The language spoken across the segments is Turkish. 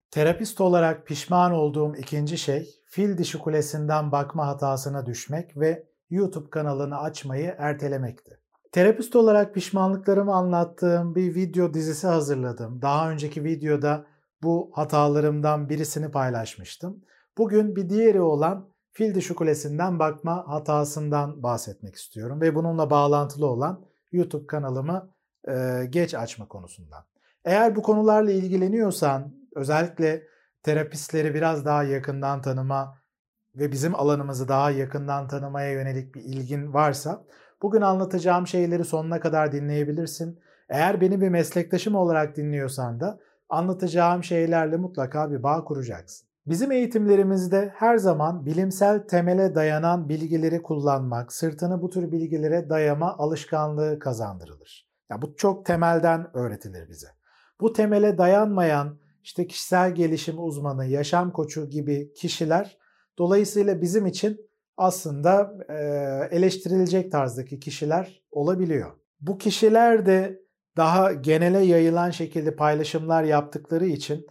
Terapist olarak pişman olduğum ikinci şey, Fil Dişi Kulesi'nden bakma hatasına düşmek ve YouTube kanalını açmayı ertelemekti. Terapist olarak pişmanlıklarımı anlattığım bir video dizisi hazırladım. Daha önceki videoda bu hatalarımdan birisini paylaşmıştım. Bugün bir diğeri olan Fil Dişi Kulesi'nden bakma hatasından bahsetmek istiyorum ve bununla bağlantılı olan YouTube kanalımı geç açma konusundan. Eğer bu konularla ilgileniyorsan, özellikle terapistleri biraz daha yakından tanıma ve bizim alanımızı daha yakından tanımaya yönelik bir ilgin varsa, bugün anlatacağım şeyleri sonuna kadar dinleyebilirsin. Eğer beni bir meslektaşım olarak dinliyorsan da anlatacağım şeylerle mutlaka bir bağ kuracaksın. Bizim eğitimlerimizde her zaman bilimsel temele dayanan bilgileri kullanmak, sırtını bu tür bilgilere dayama alışkanlığı kazandırılır. Ya bu çok temelden öğretilir bize. Bu temele dayanmayan işte kişisel gelişim uzmanı, yaşam koçu gibi kişiler dolayısıyla bizim için aslında eleştirilecek tarzdaki kişiler olabiliyor. Bu kişiler de daha genele yayılan şekilde paylaşımlar yaptıkları için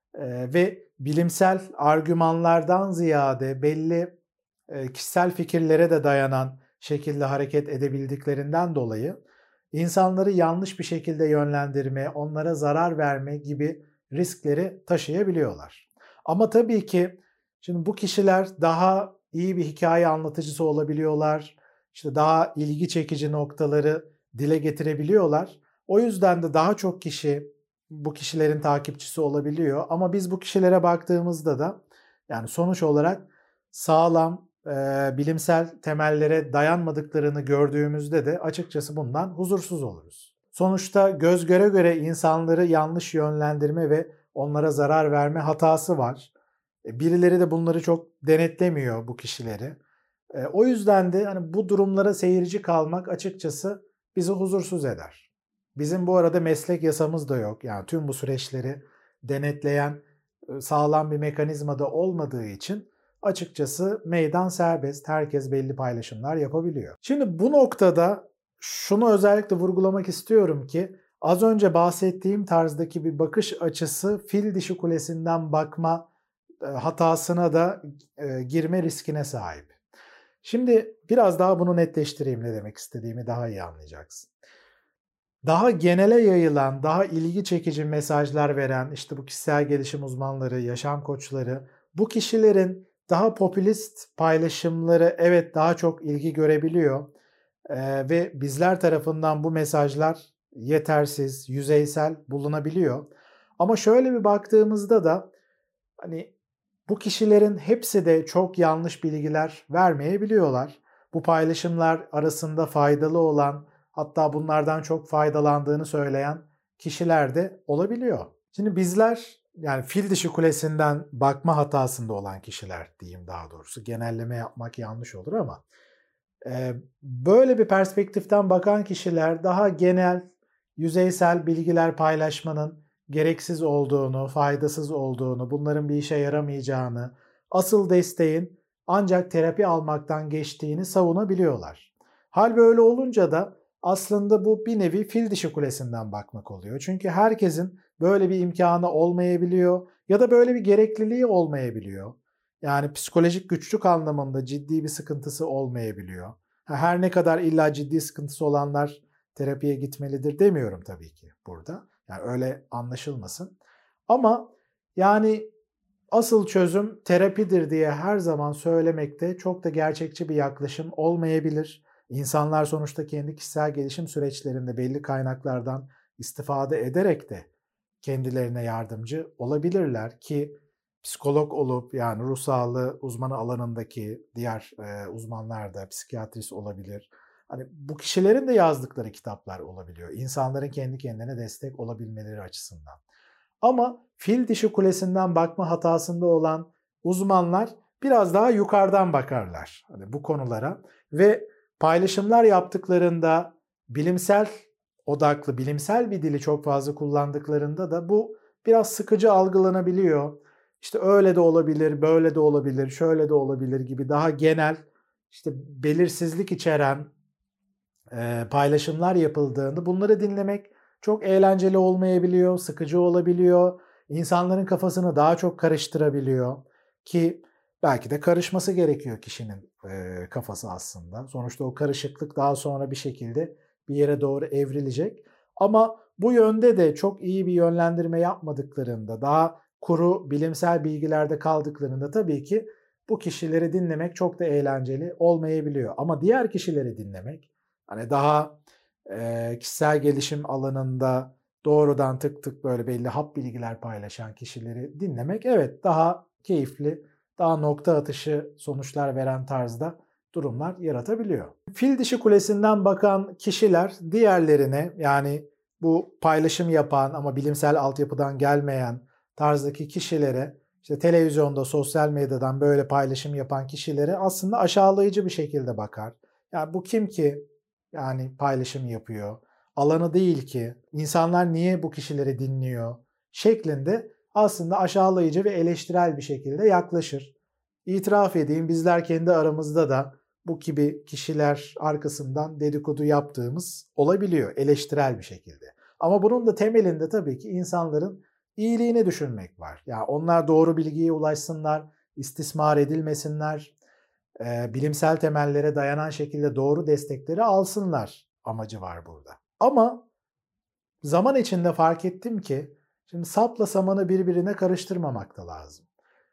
ve bilimsel argümanlardan ziyade belli kişisel fikirlere de dayanan şekilde hareket edebildiklerinden dolayı insanları yanlış bir şekilde yönlendirme, onlara zarar verme gibi riskleri taşıyabiliyorlar. Ama tabii ki şimdi bu kişiler daha iyi bir hikaye anlatıcısı olabiliyorlar. İşte daha ilgi çekici noktaları dile getirebiliyorlar. O yüzden de daha çok kişi bu kişilerin takipçisi olabiliyor. Ama biz bu kişilere baktığımızda da yani sonuç olarak sağlam, bilimsel temellere dayanmadıklarını gördüğümüzde de açıkçası bundan huzursuz oluruz. Sonuçta göz göre göre insanları yanlış yönlendirme ve onlara zarar verme hatası var. Birileri de bunları çok denetlemiyor bu kişileri. O yüzden de hani bu durumlara seyirci kalmak açıkçası bizi huzursuz eder. Bizim bu arada meslek yasamız da yok. Yani tüm bu süreçleri denetleyen sağlam bir mekanizma da olmadığı için açıkçası meydan serbest. Herkes belli paylaşımlar yapabiliyor. Şimdi bu noktada şunu özellikle vurgulamak istiyorum ki az önce bahsettiğim tarzdaki bir bakış açısı Fil Dişi Kulesi'nden bakma hatasına da girme riskine sahip. Şimdi biraz daha bunu netleştireyim, ne demek istediğimi daha iyi anlayacaksın. Daha genele yayılan, daha ilgi çekici mesajlar veren işte bu kişisel gelişim uzmanları, yaşam koçları, bu kişilerin daha popülist paylaşımları evet daha çok ilgi görebiliyor ve bizler tarafından bu mesajlar yetersiz, yüzeysel bulunabiliyor. Ama şöyle bir baktığımızda da hani bu kişilerin hepsi de çok yanlış bilgiler vermeyebiliyorlar. Bu paylaşımlar arasında faydalı olan, hatta bunlardan çok faydalandığını söyleyen kişiler de olabiliyor. Şimdi bizler yani Fil Dişi Kulesi'nden bakma hatasında olan kişiler diyeyim daha doğrusu. Genelleme yapmak yanlış olur ama böyle bir perspektiften bakan kişiler daha genel, yüzeysel bilgiler paylaşmanın gereksiz olduğunu, faydasız olduğunu, bunların bir işe yaramayacağını, asıl desteğin ancak terapi almaktan geçtiğini savunabiliyorlar. Hal böyle olunca da aslında bu bir nevi Fil Dişi Kulesi'nden bakmak oluyor. Çünkü herkesin böyle bir imkanı olmayabiliyor ya da böyle bir gerekliliği olmayabiliyor. Yani psikolojik güçlük anlamında ciddi bir sıkıntısı olmayabiliyor. Her ne kadar illa ciddi sıkıntısı olanlar terapiye gitmelidir demiyorum tabii ki burada. Yani öyle anlaşılmasın. Ama yani asıl çözüm terapidir diye her zaman söylemekte çok da gerçekçi bir yaklaşım olmayabilir. İnsanlar sonuçta kendi kişisel gelişim süreçlerinde belli kaynaklardan istifade ederek de kendilerine yardımcı olabilirler ki psikolog olup yani ruh sağlığı uzmanı alanındaki diğer uzmanlar da psikiyatrist olabilir. Hani bu kişilerin de yazdıkları kitaplar olabiliyor. İnsanların kendi kendine destek olabilmeleri açısından. Ama Fil Dişi Kulesi'nden bakma hatasında olan uzmanlar biraz daha yukarıdan bakarlar hani bu konulara ve paylaşımlar yaptıklarında bilimsel odaklı, bilimsel bir dili çok fazla kullandıklarında da bu biraz sıkıcı algılanabiliyor. İşte öyle de olabilir, böyle de olabilir, şöyle de olabilir gibi daha genel, işte belirsizlik içeren paylaşımlar yapıldığında bunları dinlemek çok eğlenceli olmayabiliyor, sıkıcı olabiliyor. İnsanların kafasını daha çok karıştırabiliyor ki belki de karışması gerekiyor kişinin kafası aslında. Sonuçta o karışıklık daha sonra bir şekilde bir yere doğru evrilecek. Ama bu yönde de çok iyi bir yönlendirme yapmadıklarında, daha kuru bilimsel bilgilerde kaldıklarında tabii ki bu kişileri dinlemek çok da eğlenceli olmayabiliyor. Ama diğer kişileri dinlemek, hani daha kişisel gelişim alanında doğrudan tık tık böyle belli hap bilgiler paylaşan kişileri dinlemek evet daha keyifli, daha nokta atışı sonuçlar veren tarzda durumlar yaratabiliyor. Fil dişi kulesinden bakan kişiler diğerlerine, yani bu paylaşım yapan ama bilimsel altyapıdan gelmeyen tarzdaki kişilere, işte televizyonda, sosyal medyadan böyle paylaşım yapan kişilere aslında aşağılayıcı bir şekilde bakar. Yani bu kim ki yani paylaşım yapıyor? Alanı değil ki. İnsanlar niye bu kişileri dinliyor? Şeklinde aslında aşağılayıcı ve eleştirel bir şekilde yaklaşır. İtiraf edeyim, bizler kendi aramızda da bu gibi kişiler arkasından dedikodu yaptığımız olabiliyor eleştirel bir şekilde. Ama bunun da temelinde tabii ki insanların iyiliğini düşünmek var. Yani onlar doğru bilgiye ulaşsınlar, istismar edilmesinler, bilimsel temellere dayanan şekilde doğru destekleri alsınlar amacı var burada. Ama zaman içinde fark ettim ki şimdi sapla samanı birbirine karıştırmamak da lazım.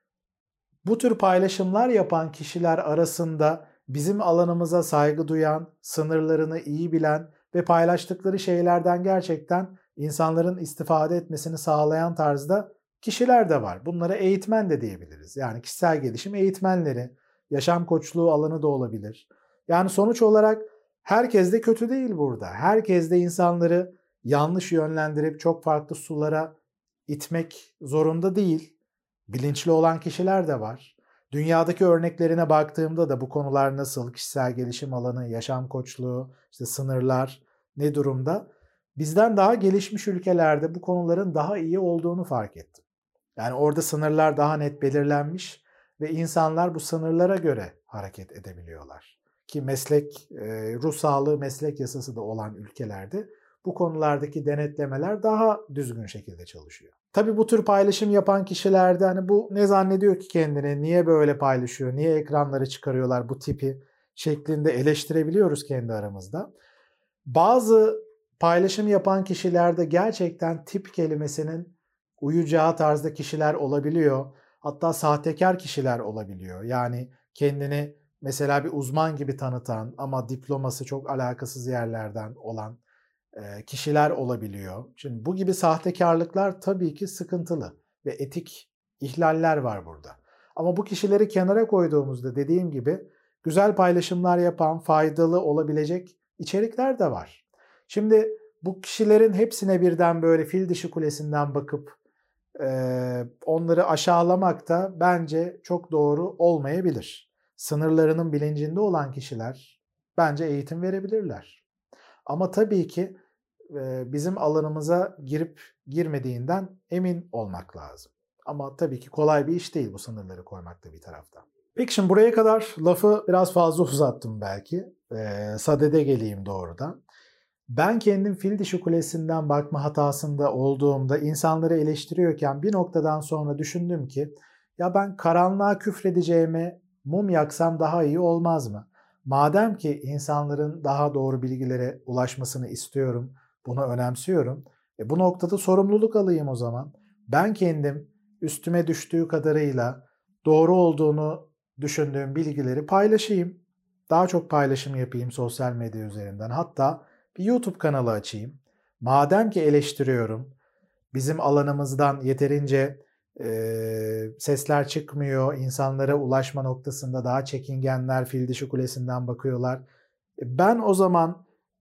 Bu tür paylaşımlar yapan kişiler arasında bizim alanımıza saygı duyan, sınırlarını iyi bilen ve paylaştıkları şeylerden gerçekten insanların istifade etmesini sağlayan tarzda kişiler de var. Bunlara eğitmen de diyebiliriz. Yani kişisel gelişim eğitmenleri, yaşam koçluğu alanı da olabilir. Yani sonuç olarak herkes de kötü değil burada. Herkes de insanları yanlış yönlendirip çok farklı sulara itmek zorunda değil. Bilinçli olan kişiler de var. Dünyadaki örneklerine baktığımda da bu konular nasıl, kişisel gelişim alanı, yaşam koçluğu, işte sınırlar ne durumda? Bizden daha gelişmiş ülkelerde bu konuların daha iyi olduğunu fark ettim. Yani orada sınırlar daha net belirlenmiş ve insanlar bu sınırlara göre hareket edebiliyorlar. Ki ruh sağlığı meslek yasası da olan ülkelerde bu konulardaki denetlemeler daha düzgün şekilde çalışıyor. Tabii bu tür paylaşım yapan kişilerde hani bu ne zannediyor ki kendini, niye böyle paylaşıyor, niye ekranlara çıkarıyorlar bu tipi şeklinde eleştirebiliyoruz kendi aramızda. Bazı paylaşım yapan kişilerde gerçekten tip kelimesinin uyacağı tarzda kişiler olabiliyor. Hatta sahtekar kişiler olabiliyor. Yani kendini mesela bir uzman gibi tanıtan ama diploması çok alakasız yerlerden olan kişiler olabiliyor. Şimdi bu gibi sahtekarlıklar tabii ki sıkıntılı ve etik ihlaller var burada. Ama bu kişileri kenara koyduğumuzda dediğim gibi güzel paylaşımlar yapan, faydalı olabilecek içerikler de var. Şimdi bu kişilerin hepsine birden böyle fil dişi kulesinden bakıp onları aşağılamak da bence çok doğru olmayabilir. Sınırlarının bilincinde olan kişiler bence eğitim verebilirler. Ama tabii ki bizim alanımıza girip girmediğinden emin olmak lazım. Ama tabii ki kolay bir iş değil bu sınırları koymak da bir taraftan. Peki şimdi buraya kadar lafı biraz fazla uzattım belki. Sadede geleyim doğrudan. Ben kendim fil dişi kulesinden bakma hatasında olduğumda insanları eleştiriyorken bir noktadan sonra düşündüm ki ya ben karanlığa küfredeceğime mum yaksam daha iyi olmaz mı? Madem ki insanların daha doğru bilgilere ulaşmasını istiyorum, bunu önemsiyorum. Bu noktada sorumluluk alayım o zaman. Ben kendim üstüme düştüğü kadarıyla doğru olduğunu düşündüğüm bilgileri paylaşayım. Daha çok paylaşım yapayım sosyal medya üzerinden. Hatta bir YouTube kanalı açayım. Madem ki eleştiriyorum, bizim alanımızdan yeterince sesler çıkmıyor, insanlara ulaşma noktasında daha çekingenler fil dişi kulesinden bakıyorlar. Ben o zaman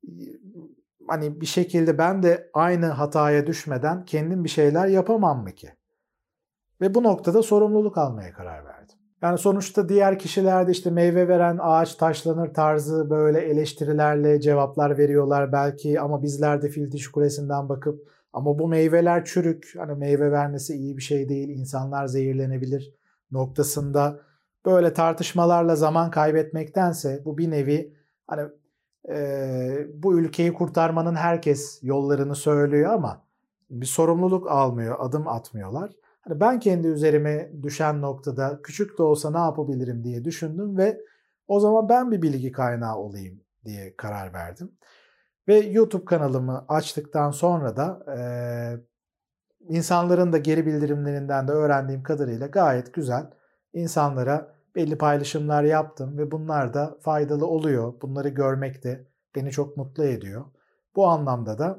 hani bir şekilde ben de aynı hataya düşmeden kendim bir şeyler yapamam mı ki? Ve bu noktada sorumluluk almaya karar verdim. Yani sonuçta diğer kişiler de işte meyve veren ağaç taşlanır tarzı böyle eleştirilerle cevaplar veriyorlar belki ama bizler de fil dişi kulesinden bakıp ama bu meyveler çürük, hani meyve vermesi iyi bir şey değil, insanlar zehirlenebilir noktasında böyle tartışmalarla zaman kaybetmektense bu bir nevi hani bu ülkeyi kurtarmanın herkes yollarını söylüyor ama bir sorumluluk almıyor, adım atmıyorlar. Hani ben kendi üzerime düşen noktada küçük de olsa ne yapabilirim diye düşündüm ve o zaman ben bir bilgi kaynağı olayım diye karar verdim. Ve YouTube kanalımı açtıktan sonra da insanların da geri bildirimlerinden de öğrendiğim kadarıyla gayet güzel insanlara belli paylaşımlar yaptım ve bunlar da faydalı oluyor. Bunları görmek de beni çok mutlu ediyor. Bu anlamda da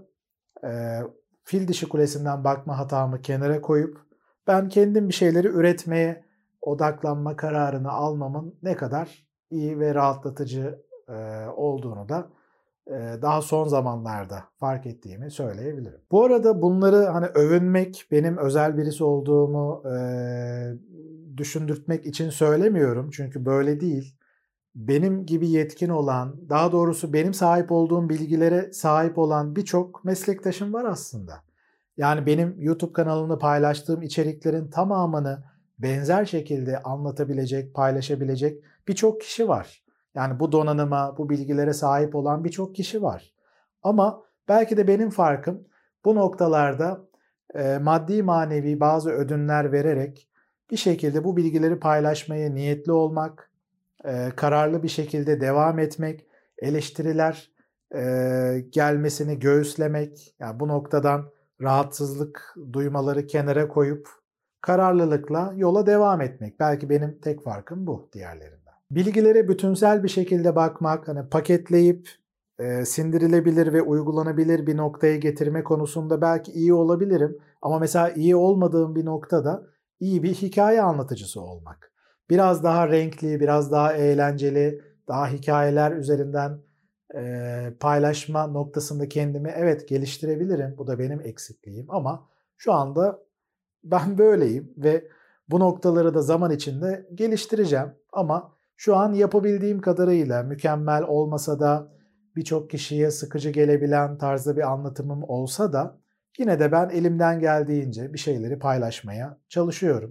fil dişi kulesinden bakma hatamı kenara koyup ben kendim bir şeyleri üretmeye odaklanma kararını almamın ne kadar iyi ve rahatlatıcı olduğunu da daha son zamanlarda fark ettiğimi söyleyebilirim. Bu arada bunları hani övünmek, benim özel birisi olduğumu düşündürtmek için söylemiyorum. Çünkü böyle değil. Benim gibi yetkin olan, daha doğrusu benim sahip olduğum bilgilere sahip olan birçok meslektaşım var aslında. Yani benim YouTube kanalımda paylaştığım içeriklerin tamamını benzer şekilde anlatabilecek, paylaşabilecek birçok kişi var. Yani bu donanıma, bu bilgilere sahip olan birçok kişi var. Ama belki de benim farkım bu noktalarda maddi manevi bazı ödünler vererek bir şekilde bu bilgileri paylaşmaya niyetli olmak, kararlı bir şekilde devam etmek, eleştiriler gelmesini göğüslemek, yani bu noktadan rahatsızlık duymaları kenara koyup kararlılıkla yola devam etmek. Belki benim tek farkım bu diğerlerinden. Bilgilere bütünsel bir şekilde bakmak, hani paketleyip sindirilebilir ve uygulanabilir bir noktaya getirme konusunda belki iyi olabilirim. Ama mesela iyi olmadığım bir noktada iyi bir hikaye anlatıcısı olmak. Biraz daha renkli, biraz daha eğlenceli, daha hikayeler üzerinden paylaşma noktasında kendimi evet geliştirebilirim. Bu da benim eksikliğim ama şu anda ben böyleyim ve bu noktaları da zaman içinde geliştireceğim. Ama şu an yapabildiğim kadarıyla mükemmel olmasa da birçok kişiye sıkıcı gelebilen tarzda bir anlatımım olsa da yine de ben elimden geldiğince bir şeyleri paylaşmaya çalışıyorum.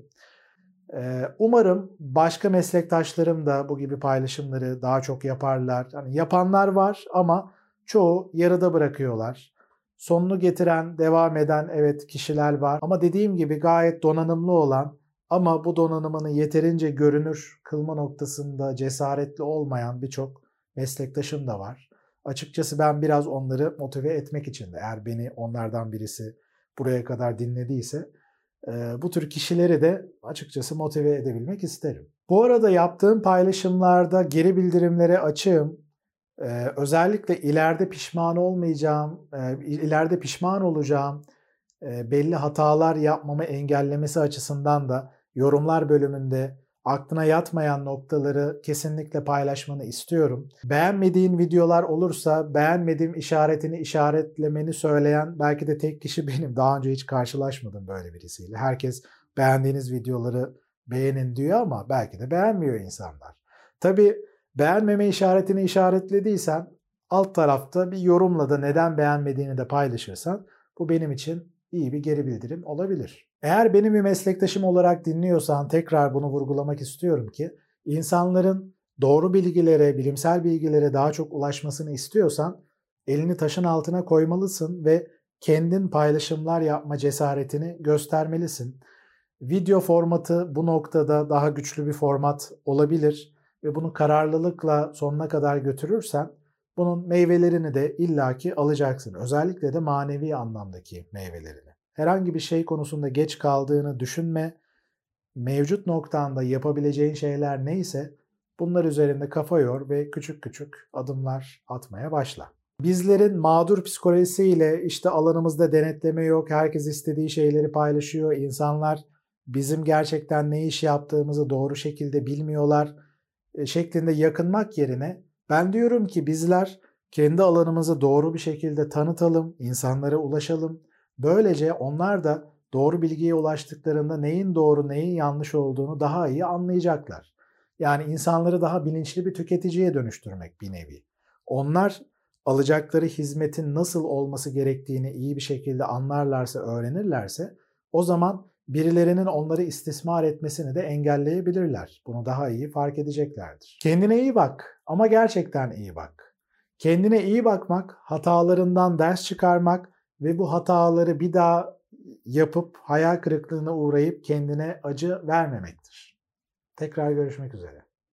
Umarım başka meslektaşlarım da bu gibi paylaşımları daha çok yaparlar. Yani yapanlar var ama çoğu yarıda bırakıyorlar. Sonunu getiren, devam eden evet kişiler var. Ama dediğim gibi gayet donanımlı olan ama bu donanımını yeterince görünür kılma noktasında cesaretli olmayan birçok meslektaşım da var. Açıkçası ben biraz onları motive etmek için de eğer beni onlardan birisi buraya kadar dinlediyse bu tür kişileri de açıkçası motive edebilmek isterim. Bu arada yaptığım paylaşımlarda geri bildirimlere açığım. Özellikle ileride pişman olmayacağım, ileride pişman olacağım belli hatalar yapmamı engellemesi açısından da yorumlar bölümünde aklına yatmayan noktaları kesinlikle paylaşmanı istiyorum. Beğenmediğin videolar olursa beğenmediğim işaretini işaretlemeni söyleyen belki de tek kişi benim. Daha önce hiç karşılaşmadım böyle birisiyle. Herkes beğendiğiniz videoları beğenin diyor ama belki de beğenmiyor insanlar. Tabii beğenmeme işaretini işaretlediysen alt tarafta bir yorumla da neden beğenmediğini de paylaşırsan bu benim için iyi bir geri bildirim olabilir. Eğer benim bir meslektaşım olarak dinliyorsan tekrar bunu vurgulamak istiyorum ki insanların doğru bilgilere, bilimsel bilgilere daha çok ulaşmasını istiyorsan elini taşın altına koymalısın ve kendin paylaşımlar yapma cesaretini göstermelisin. Video formatı bu noktada daha güçlü bir format olabilir ve bunu kararlılıkla sonuna kadar götürürsen bunun meyvelerini de illaki alacaksın. Özellikle de manevi anlamdaki meyvelerini. Herhangi bir şey konusunda geç kaldığını düşünme. Mevcut noktanda yapabileceğin şeyler neyse bunlar üzerinde kafa yor ve küçük küçük adımlar atmaya başla. Bizlerin mağdur psikolojisiyle işte alanımızda denetleme yok, herkes istediği şeyleri paylaşıyor, insanlar bizim gerçekten ne iş yaptığımızı doğru şekilde bilmiyorlar şeklinde yakınmak yerine ben diyorum ki bizler kendi alanımızı doğru bir şekilde tanıtalım, insanlara ulaşalım. Böylece onlar da doğru bilgiye ulaştıklarında neyin doğru, neyin yanlış olduğunu daha iyi anlayacaklar. Yani insanları daha bilinçli bir tüketiciye dönüştürmek bir nevi. Onlar alacakları hizmetin nasıl olması gerektiğini iyi bir şekilde anlarlarsa, öğrenirlerse o zaman birilerinin onları istismar etmesini de engelleyebilirler. Bunu daha iyi fark edeceklerdir. Kendine iyi bak ama gerçekten iyi bak. Kendine iyi bakmak, hatalarından ders çıkarmak ve bu hataları bir daha yapıp hayal kırıklığına uğrayıp kendine acı vermemektir. Tekrar görüşmek üzere.